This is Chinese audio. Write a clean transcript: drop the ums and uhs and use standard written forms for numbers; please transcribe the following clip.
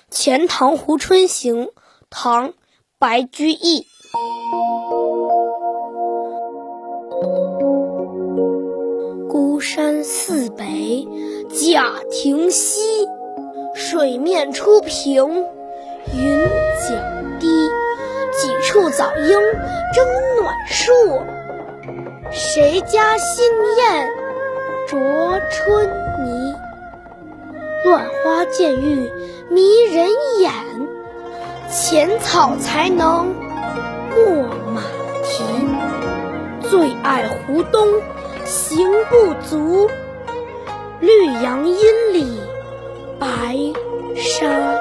钱塘湖春行》唐·白居易。孤山寺北贾亭西，水面初平云脚低。几处早莺争暖树，谁家新燕啄春泥。乱花渐欲迷人眼，浅草才能没马蹄。最爱湖东行不足，绿杨阴里白沙